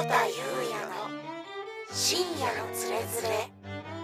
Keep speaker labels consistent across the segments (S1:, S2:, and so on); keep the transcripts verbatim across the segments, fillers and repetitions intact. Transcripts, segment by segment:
S1: 田裕也の深夜のつれづれ。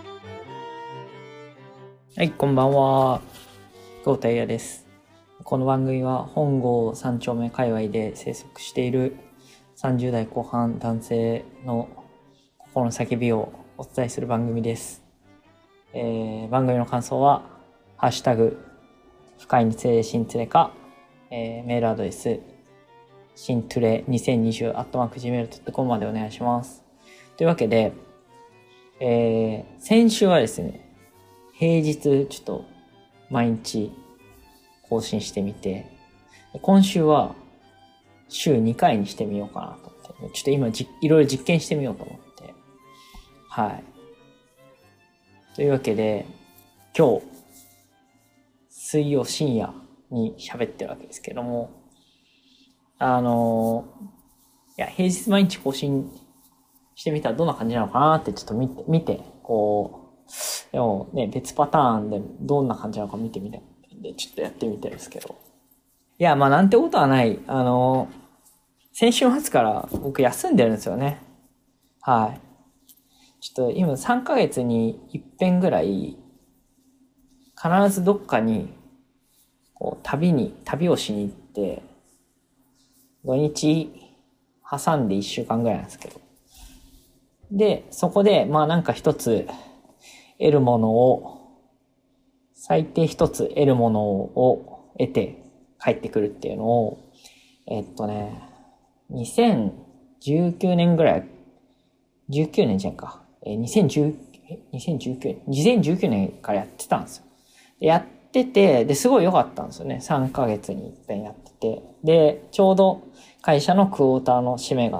S2: はい、こんばんは。久保田裕也です。この番組は本郷三丁目界隈で生息しているさんじゅう代後半男性の心の叫びをお伝えする番組です。えー、番組の感想はハッシュタグ深いにつれ新つれか、えー、メールアドレス新トゥレにせんにじゅうアットマークジーメールドットコム までお願いします。というわけで、えー、先週はですね、平日ちょっと毎日更新してみて、今週は週にかいにしてみようかなと思って、ちょっと今じいろいろ実験してみようと思って、はい。というわけで、今日水曜深夜に喋ってるわけですけども、あのいや平日毎日更新してみたらどんな感じなのかなってちょっと見て見てこうでもね別パターンでどんな感じなのか見てみてでちょっとやってみてるんですけど、いやまあなんてことはない。あの先週末から僕休んでるんですよね。はい。ちょっと今さんかげつに一遍ぐらい必ずどっかにこう旅に旅をしに行って、土日挟んでいっしゅうかんぐらいなんですけど。で、そこで、まあなんか一つ得るものを、最低一つ得るものを得て帰ってくるっていうのを、えっとね、にせんじゅうきゅうねんぐらい、じゅうきゅうねんじゃんか。えー、にせんじゅう、にせんじゅうきゅうねん、にせんじゅうきゅうねんからやってたんですよ。でやってて、で、すごい良かったんですよね。さんかげつに一遍やってて。で、ちょうど、会社のクォーターの締めがあって、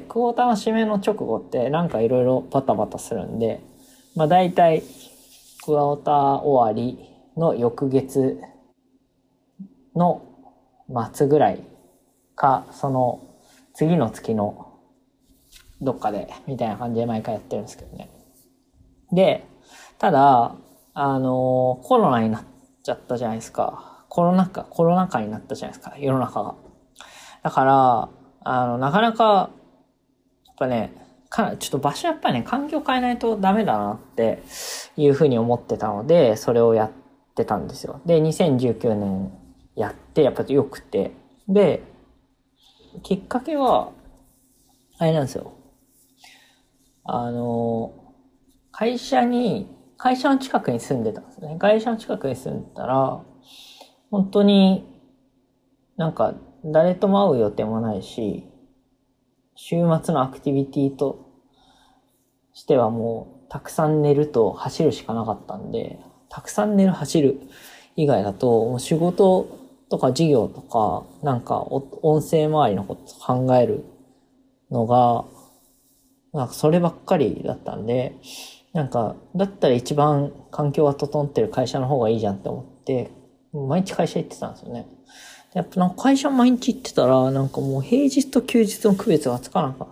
S2: クォーターの締めの直後ってなんかいろいろバタバタするんで、まあ大体クォーター終わりの翌月の末ぐらいか、その次の月のどっかでみたいな感じで毎回やってるんですけどね。で、ただ、あの、コロナになっちゃったじゃないですか。コロナ禍、コロナ禍になったじゃないですか、世の中が。だから、あの、なかなか、やっぱね、かちょっと場所やっぱりね、環境変えないとダメだなっていうふうに思ってたので、それをやってたんですよ。で、にせんじゅうきゅうねんやって、やっぱり良くて。で、きっかけは、あれなんですよ。あの、会社に、会社の近くに住んでたんですね。会社の近くに住んでたら、本当になんか誰とも会う予定もないし、週末のアクティビティとしてはもうたくさん寝ると走るしかなかったんで、たくさん寝る走る以外だともう仕事とか事業とかなんか音声周りのこと考えるのがなんかそればっかりだったんで、なんかだったら一番環境が整ってる会社の方がいいじゃんって思って毎日会社行ってたんですよね。やっぱなんか会社毎日行ってたら、なんかもう平日と休日の区別がつかなくなって、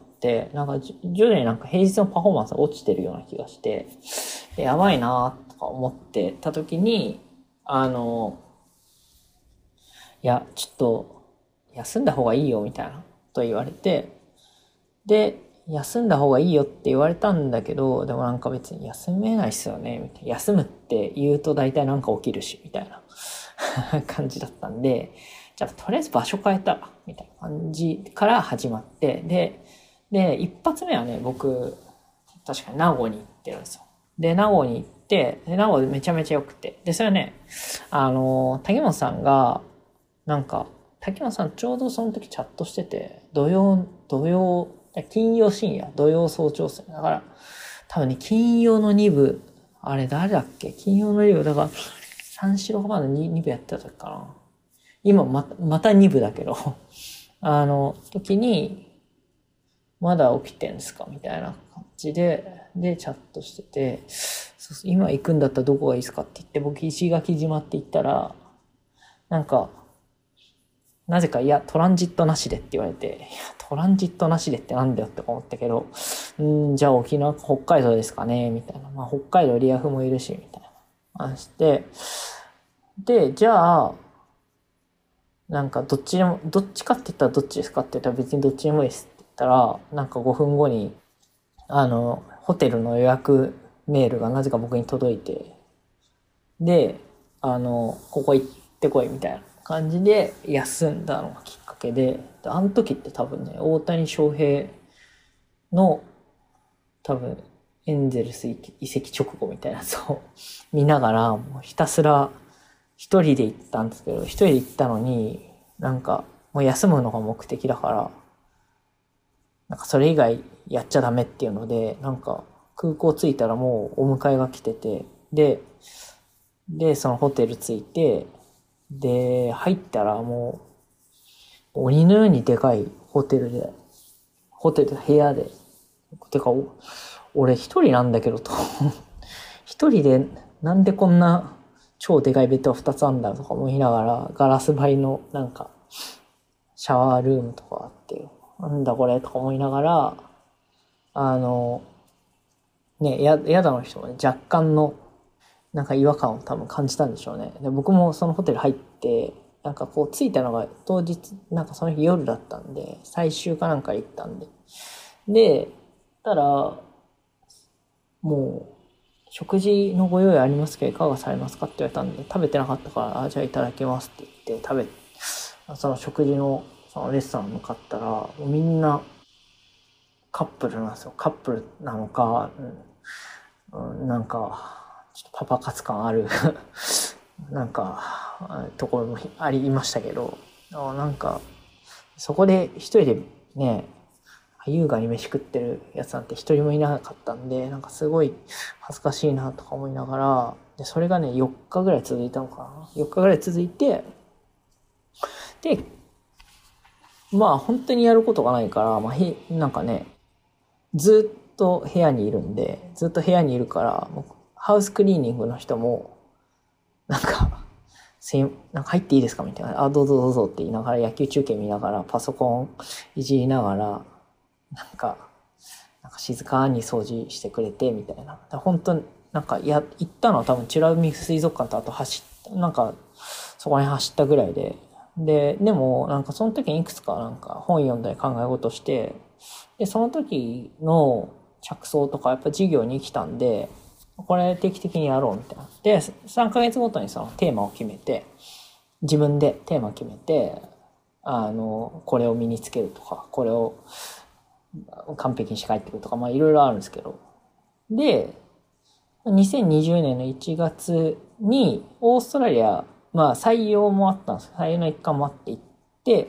S2: なんか徐々になんか平日のパフォーマンスが落ちてるような気がして、やばいなとか思ってた時に、あの、いや、ちょっと休んだ方がいいよみたいなと言われて、で、休んだ方がいいよって言われたんだけど、でもなんか別に休めないっすよね、みたいな。休むって言うと大体なんか起きるし、みたいな感じだったんで、じゃあとりあえず場所変えたらみたいな感じから始まって、で、で、一発目はね、僕、確かに名護に行ってるんですよ。で、名護に行って、で、名護めちゃめちゃ良くて。で、それはね、あの、竹本さんが、なんか、竹本さんちょうどその時チャットしてて、土曜、土曜、金曜深夜、土曜早朝戦。だから、多分ね、金曜のに部、あれ誰だっけ金曜のに部、だから、三四郎がまだ 2, 2部やってた時かな。今また、またに部だけど、あの、時に、まだ起きてんすかみたいな感じで、で、チャットしてて、そうそう今行くんだったらどこがいいですかって言って、僕石垣島って言ったら、なんか、なぜか、いや、トランジットなしでって言われて、いや、トランジットなしでってなんだよって思ったけど、んーじゃあ沖縄、北海道ですかねみたいな。まあ、北海道リアフもいるし、みたいな話して、で、じゃあ、なんかどっちでも、どっちかって言ったらどっちですかって言ったら別にどっちでもいいですってたら、なんかごふんごに、あの、ホテルの予約メールがなぜか僕に届いて、で、あの、ここ行ってこいみたいな感じで休んだのがきっかけで、であの時って多分ね、大谷翔平の多分エンゼルス移籍直後みたいなやつを見ながら、もうひたすら一人で行ったんですけど、一人で行ったのに、なんかもう休むのが目的だから、なんかそれ以外やっちゃダメっていうので、なんか空港着いたらもうお迎えが来てて、で、で、そのホテル着いて、で、入ったらもう、鬼のようにでかいホテルで、ホテル部屋で、てか、俺一人なんだけどと、一人でなんでこんな超でかいベッドが二つあんだとか思いながら、ガラス張りのなんか、シャワールームとかあって、なんだこれとか思いながら、あの、ね、や、宿の人もね、若干のなんか違和感を多分感じたんでしょうね。で、僕もそのホテル入って、なんかこう着いたのが当日、なんかその日夜だったんで、最終かなんか行ったんで。で、たら、もう、食事のご用意ありますけど、いかがされますかって言われたんで、食べてなかったから、あ、じゃあいただきますって言って、食べ、その食事の、そのレストラン向かったら、もうみんなカップルなんですよ。カップルなのか、うんうん、なんか、ちょっとパパ活感あるなんかところもありましたけど、なんかそこで一人でね優雅に飯食ってるやつなんて一人もいなかったんで、なんかすごい恥ずかしいなとか思いながら、でそれがねよっかぐらい続いたのかな。よっかぐらい続いて、でまあ本当にやることがないから、まあ、へなんかねずっと部屋にいるんで、ずっと部屋にいるから、もうハウスクリーニングの人もなんかせんなんか入っていいですかみたいな、あどうぞどうぞって言いながら、野球中継見ながらパソコンいじりながら、なんかなんか静かに掃除してくれてみたいな。本当になんかや行ったのは多分美ら海水族館とあと走ったなんかそこに走ったぐらいで、ででもなんかその時にいくつかなんか本読んだり考え事して、でその時の着想とかやっぱ授業に来たんで、これ定期的にやろうみたいな。でさんかげつごとにそのテーマを決めて、自分でテーマを決めて、あのこれを身につけるとか、これを完璧にして帰ってくるとか、まあいろいろあるんですけど、でにせんにじゅうねんのいちがつにオーストラリア、まあ採用もあったんです。採用の一環もあって行って、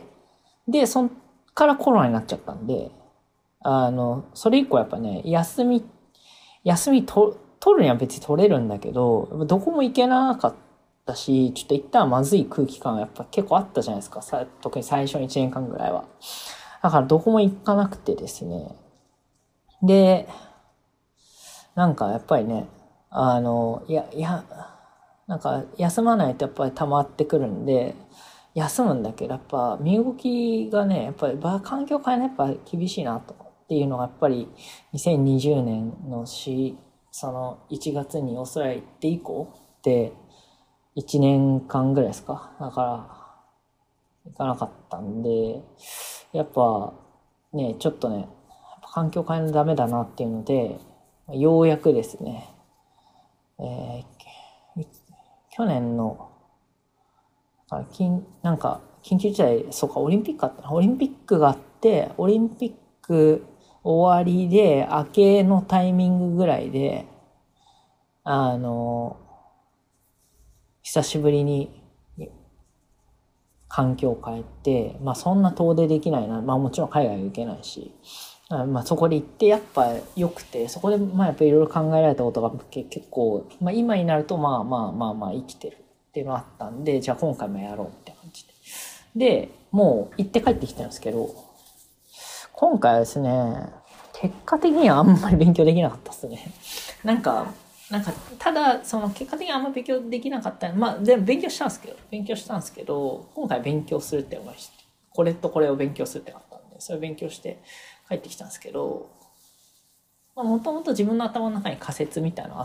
S2: でそっからコロナになっちゃったんで、あのそれ以降やっぱね休み休みと取るには別に取れるんだけど、どこも行けなかったし、ちょっと一旦まずい空気感がやっぱ結構あったじゃないですか。さ特に最初のいちねんかんぐらいは。だからどこも行かなくてですね。で、なんかやっぱりね、あの、いや、いや、なんか休まないとやっぱり溜まってくるんで、休むんだけど、やっぱ身動きがね、やっぱり環境変えないやっぱ厳しいなとっていうのがやっぱりにせんにじゅうねんのし、そのいちがつにオーストラリア行って以降っていちねんかんぐらいですか。だから行かなかったんで、やっぱね、ちょっとね、環境変えないとダメだなっていうので、ようやくですね、えー、去年のなんか緊急事態、そうかオリンピックあったな、オリンピックがあって、オリンピック終わりで明けのタイミングぐらいで、あの久しぶりに環境を変えて、まあそんな遠出できないな、まあもちろん海外は行けないし、まあそこで行ってやっぱ良くて、そこでまあやっぱいろいろ考えられたことが結構、まあ今になるとまあまあまあまあ生きてるっていうのがあったんで、じゃあ今回もやろうって感じで。で、もう行って帰ってきたんですけど、今回はですね、結果的にはあんまり勉強できなかったですね。なんか、なんか、ただ、その結果的にあんまり勉強できなかった。まあ、でも勉強したんですけど、勉強したんですけど、今回勉強するっていうのが、これとこれを勉強するってなったんで、それを勉強して帰ってきたんですけど、もともと自分の頭の中に仮説みたいなのがあって、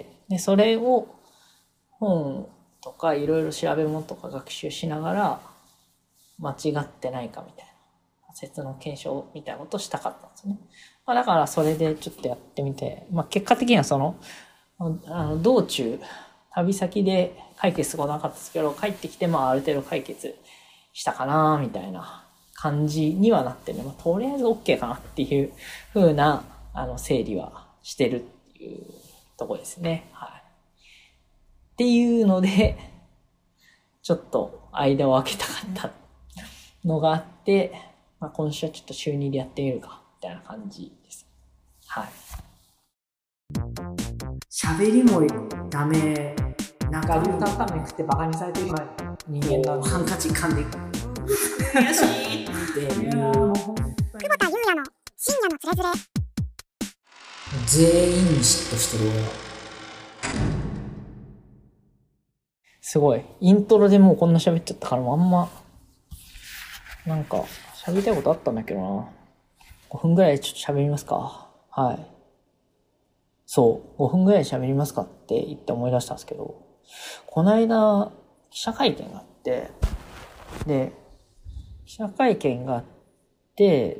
S2: で、それを本とかいろいろ調べ物とか学習しながら、間違ってないかみたい仮説の検証みたいなことをしたかったんですね。まあ、だからそれでちょっとやってみて、まあ、結果的にはその、あの道中、旅先で解決することなかったですけど、帰ってきてまあある程度解決したかなみたいな感じにはなってね、まあ、とりあえず OK かなっていう風なあの整理はしてるっていうところですね。はい。っていうので、ちょっと間を空けたかったのがあって、まあ、今週はちょっと週にでやってみるかみたいな感じです。はい。
S3: 喋りもダメ。なんか
S2: ガリュタンタンメン食ってバカにされてる人間なんで。
S3: ハンカチ噛んで悔しいっていう。
S1: 久保田裕也の深夜のつれづれ。
S3: 全員に嫉妬してる俺は。
S2: すごい。イントロでもうこんな喋っちゃったからもうあんま、なんか喋りたいことあったんだけどな。ごふんぐらいちょっと喋りますか。はい。そう。ごふんぐらい喋りますかって言って思い出したんですけど、この間、記者会見があって、で、記者会見があって、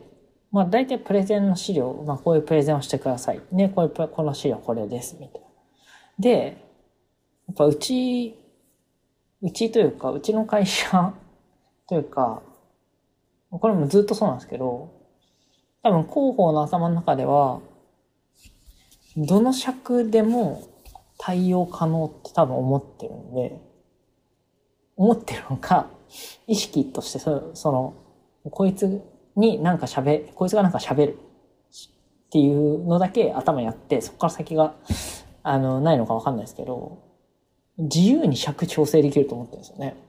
S2: まあ大体プレゼンの資料、まあこういうプレゼンをしてください。ね、こういう、この資料これです、みたいな。で、やっぱうち、うちというか、うちの会社というか、これもずっとそうなんですけど、多分広報の頭の中では、どの尺でも対応可能って多分思ってるんで、思ってるのか、意識としてそ、その、こいつになんか喋、こいつがなんか喋るっていうのだけ頭にあって、そこから先が、あの、ないのかわかんないですけど、自由に尺調整できると思ってるんですよね。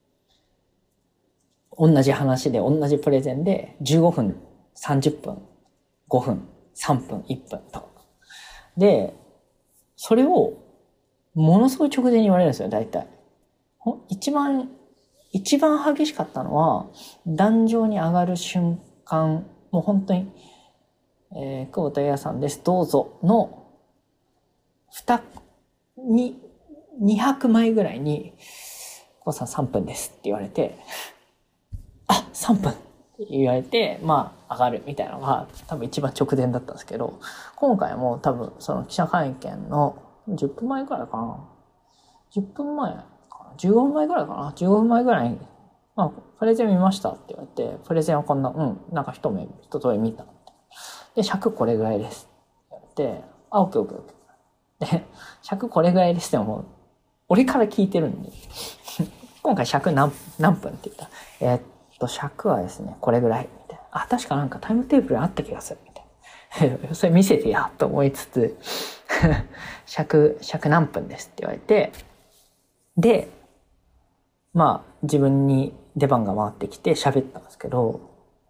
S2: 同じ話で、同じプレゼンで、じゅうごふん、さんじゅっぷん、ごふん、さんぷん、いっぷんとか。で、それを、ものすごい直前に言われるんですよ、大体。一番、一番激しかったのは、壇上に上がる瞬間、もう本当に、えー、久保田裕也さんです、どうぞの、二、に、にひゃくまいぐらいに、久保さんさんぷんですって言われて、あ、さんぷんって言われて、まあ、上がるみたいなのが多分一番直前だったんですけど、今回も多分その記者会見のじゅっぷんまえぐらいかな。じゅっぷんまえかな。じゅうごふんまえぐらいかな。じゅうごふんまえぐらいに、まあ、プレゼン見ましたって言われて、プレゼンはこんな、うん、なんか一目、一通り見た。で、尺これぐらいですって言われて、あ、オッケーオッケーオッケー。で、尺これぐらいですってもう、俺から聞いてるんで、今回尺何、何分って言ったら、えー、っと、尺はですね、これぐらい、みたいな。あ、確かなんかタイムテーブルあった気がする、みたいな。それ見せてや、と思いつつ、尺、尺何分ですって言われて、で、まあ、自分に出番が回ってきて喋ったんですけど、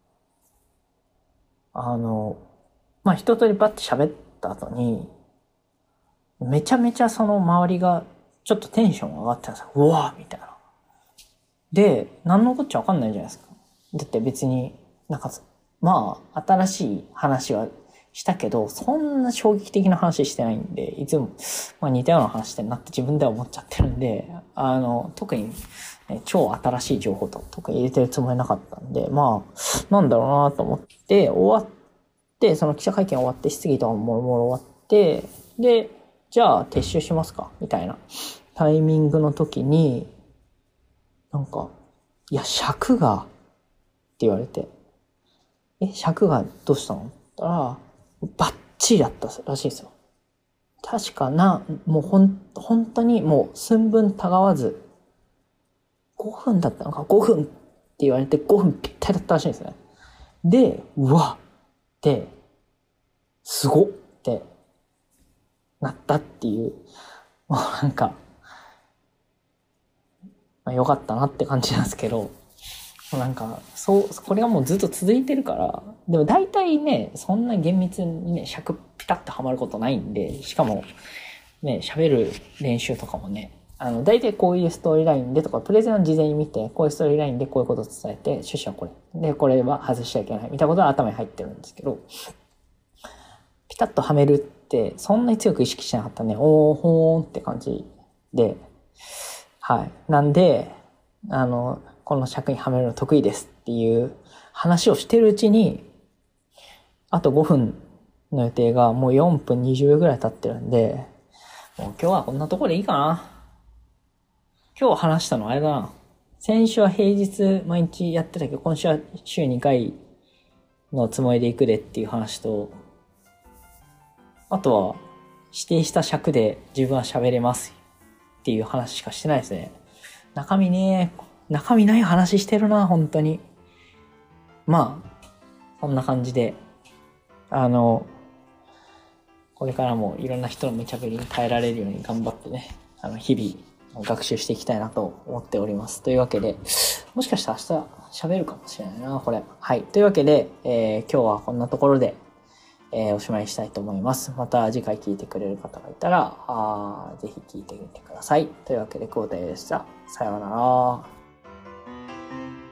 S2: あの、まあ、一通りバッて喋った後に、めちゃめちゃその周りがちょっとテンション上がってたんですよ。うわーみたいな。で、何のこっちゃわかんないじゃないですか。だって別になんか、まあ、新しい話はしたけど、そんな衝撃的な話してないんで、いつも、まあ似たような話してんなって自分では思っちゃってるんで、あの、特に、ね、超新しい情報とか入れてるつもりなかったんで、まあ、なんだろうなと思って、終わって、その記者会見終わって、質疑とかもろもろ終わって、で、じゃあ撤収しますかみたいなタイミングの時に、なんか、いや、尺が、って言われて、え、尺がどうしたのって言ったら、バッチリだったらしいですよ。確かな、もうほん、本当にもう寸分たがわず、ごふんだったのか、ごふんって言われてごふんぴったりだったらしいんですね。で、うわって、すごっってなったっていう、もうなんか、まあ、よかったなって感じなんですけど、なんか、そう、これがもうずっと続いてるから、でも大体ね、そんな厳密にね、尺ピタッとはまることないんで、しかも、ね、喋る練習とかもね、あの、大体こういうストーリーラインでとか、プレゼンを事前に見て、こういうストーリーラインでこういうことを伝えて、趣旨はこれ。で、これは外しちゃいけない。みたいなことは頭に入ってるんですけど、ピタッとはめるって、そんなに強く意識しなかったね。おー、ほーんって感じで、はい。なんで、あの、この尺にはめるの得意ですっていう話をしてるうちに、あとごふんの予定がもうよんぷんにじゅうびょうぐらい経ってるんで、もう今日はこんなところでいいかな。今日話したのあれだな。先週は平日毎日やってたけど、今週は週にかいのつもりで行くでっていう話と、あとは指定した尺で自分は喋れますっていう話しかしてないですね。中身ね、中身ない話してるな、本当に。まあ、そんな感じで、あの、これからもいろんな人の無茶ぶりに耐えられるように頑張ってね、あの、日々学習していきたいなと思っております。というわけで、もしかしたら明日喋るかもしれないな、これ。はい。というわけで、えー、今日はこんなところで、えー、おしまいにしたいと思います。また次回聞いてくれる方がいたら、あぜひ聞いてみてください。というわけで、久保田でした。さようなら。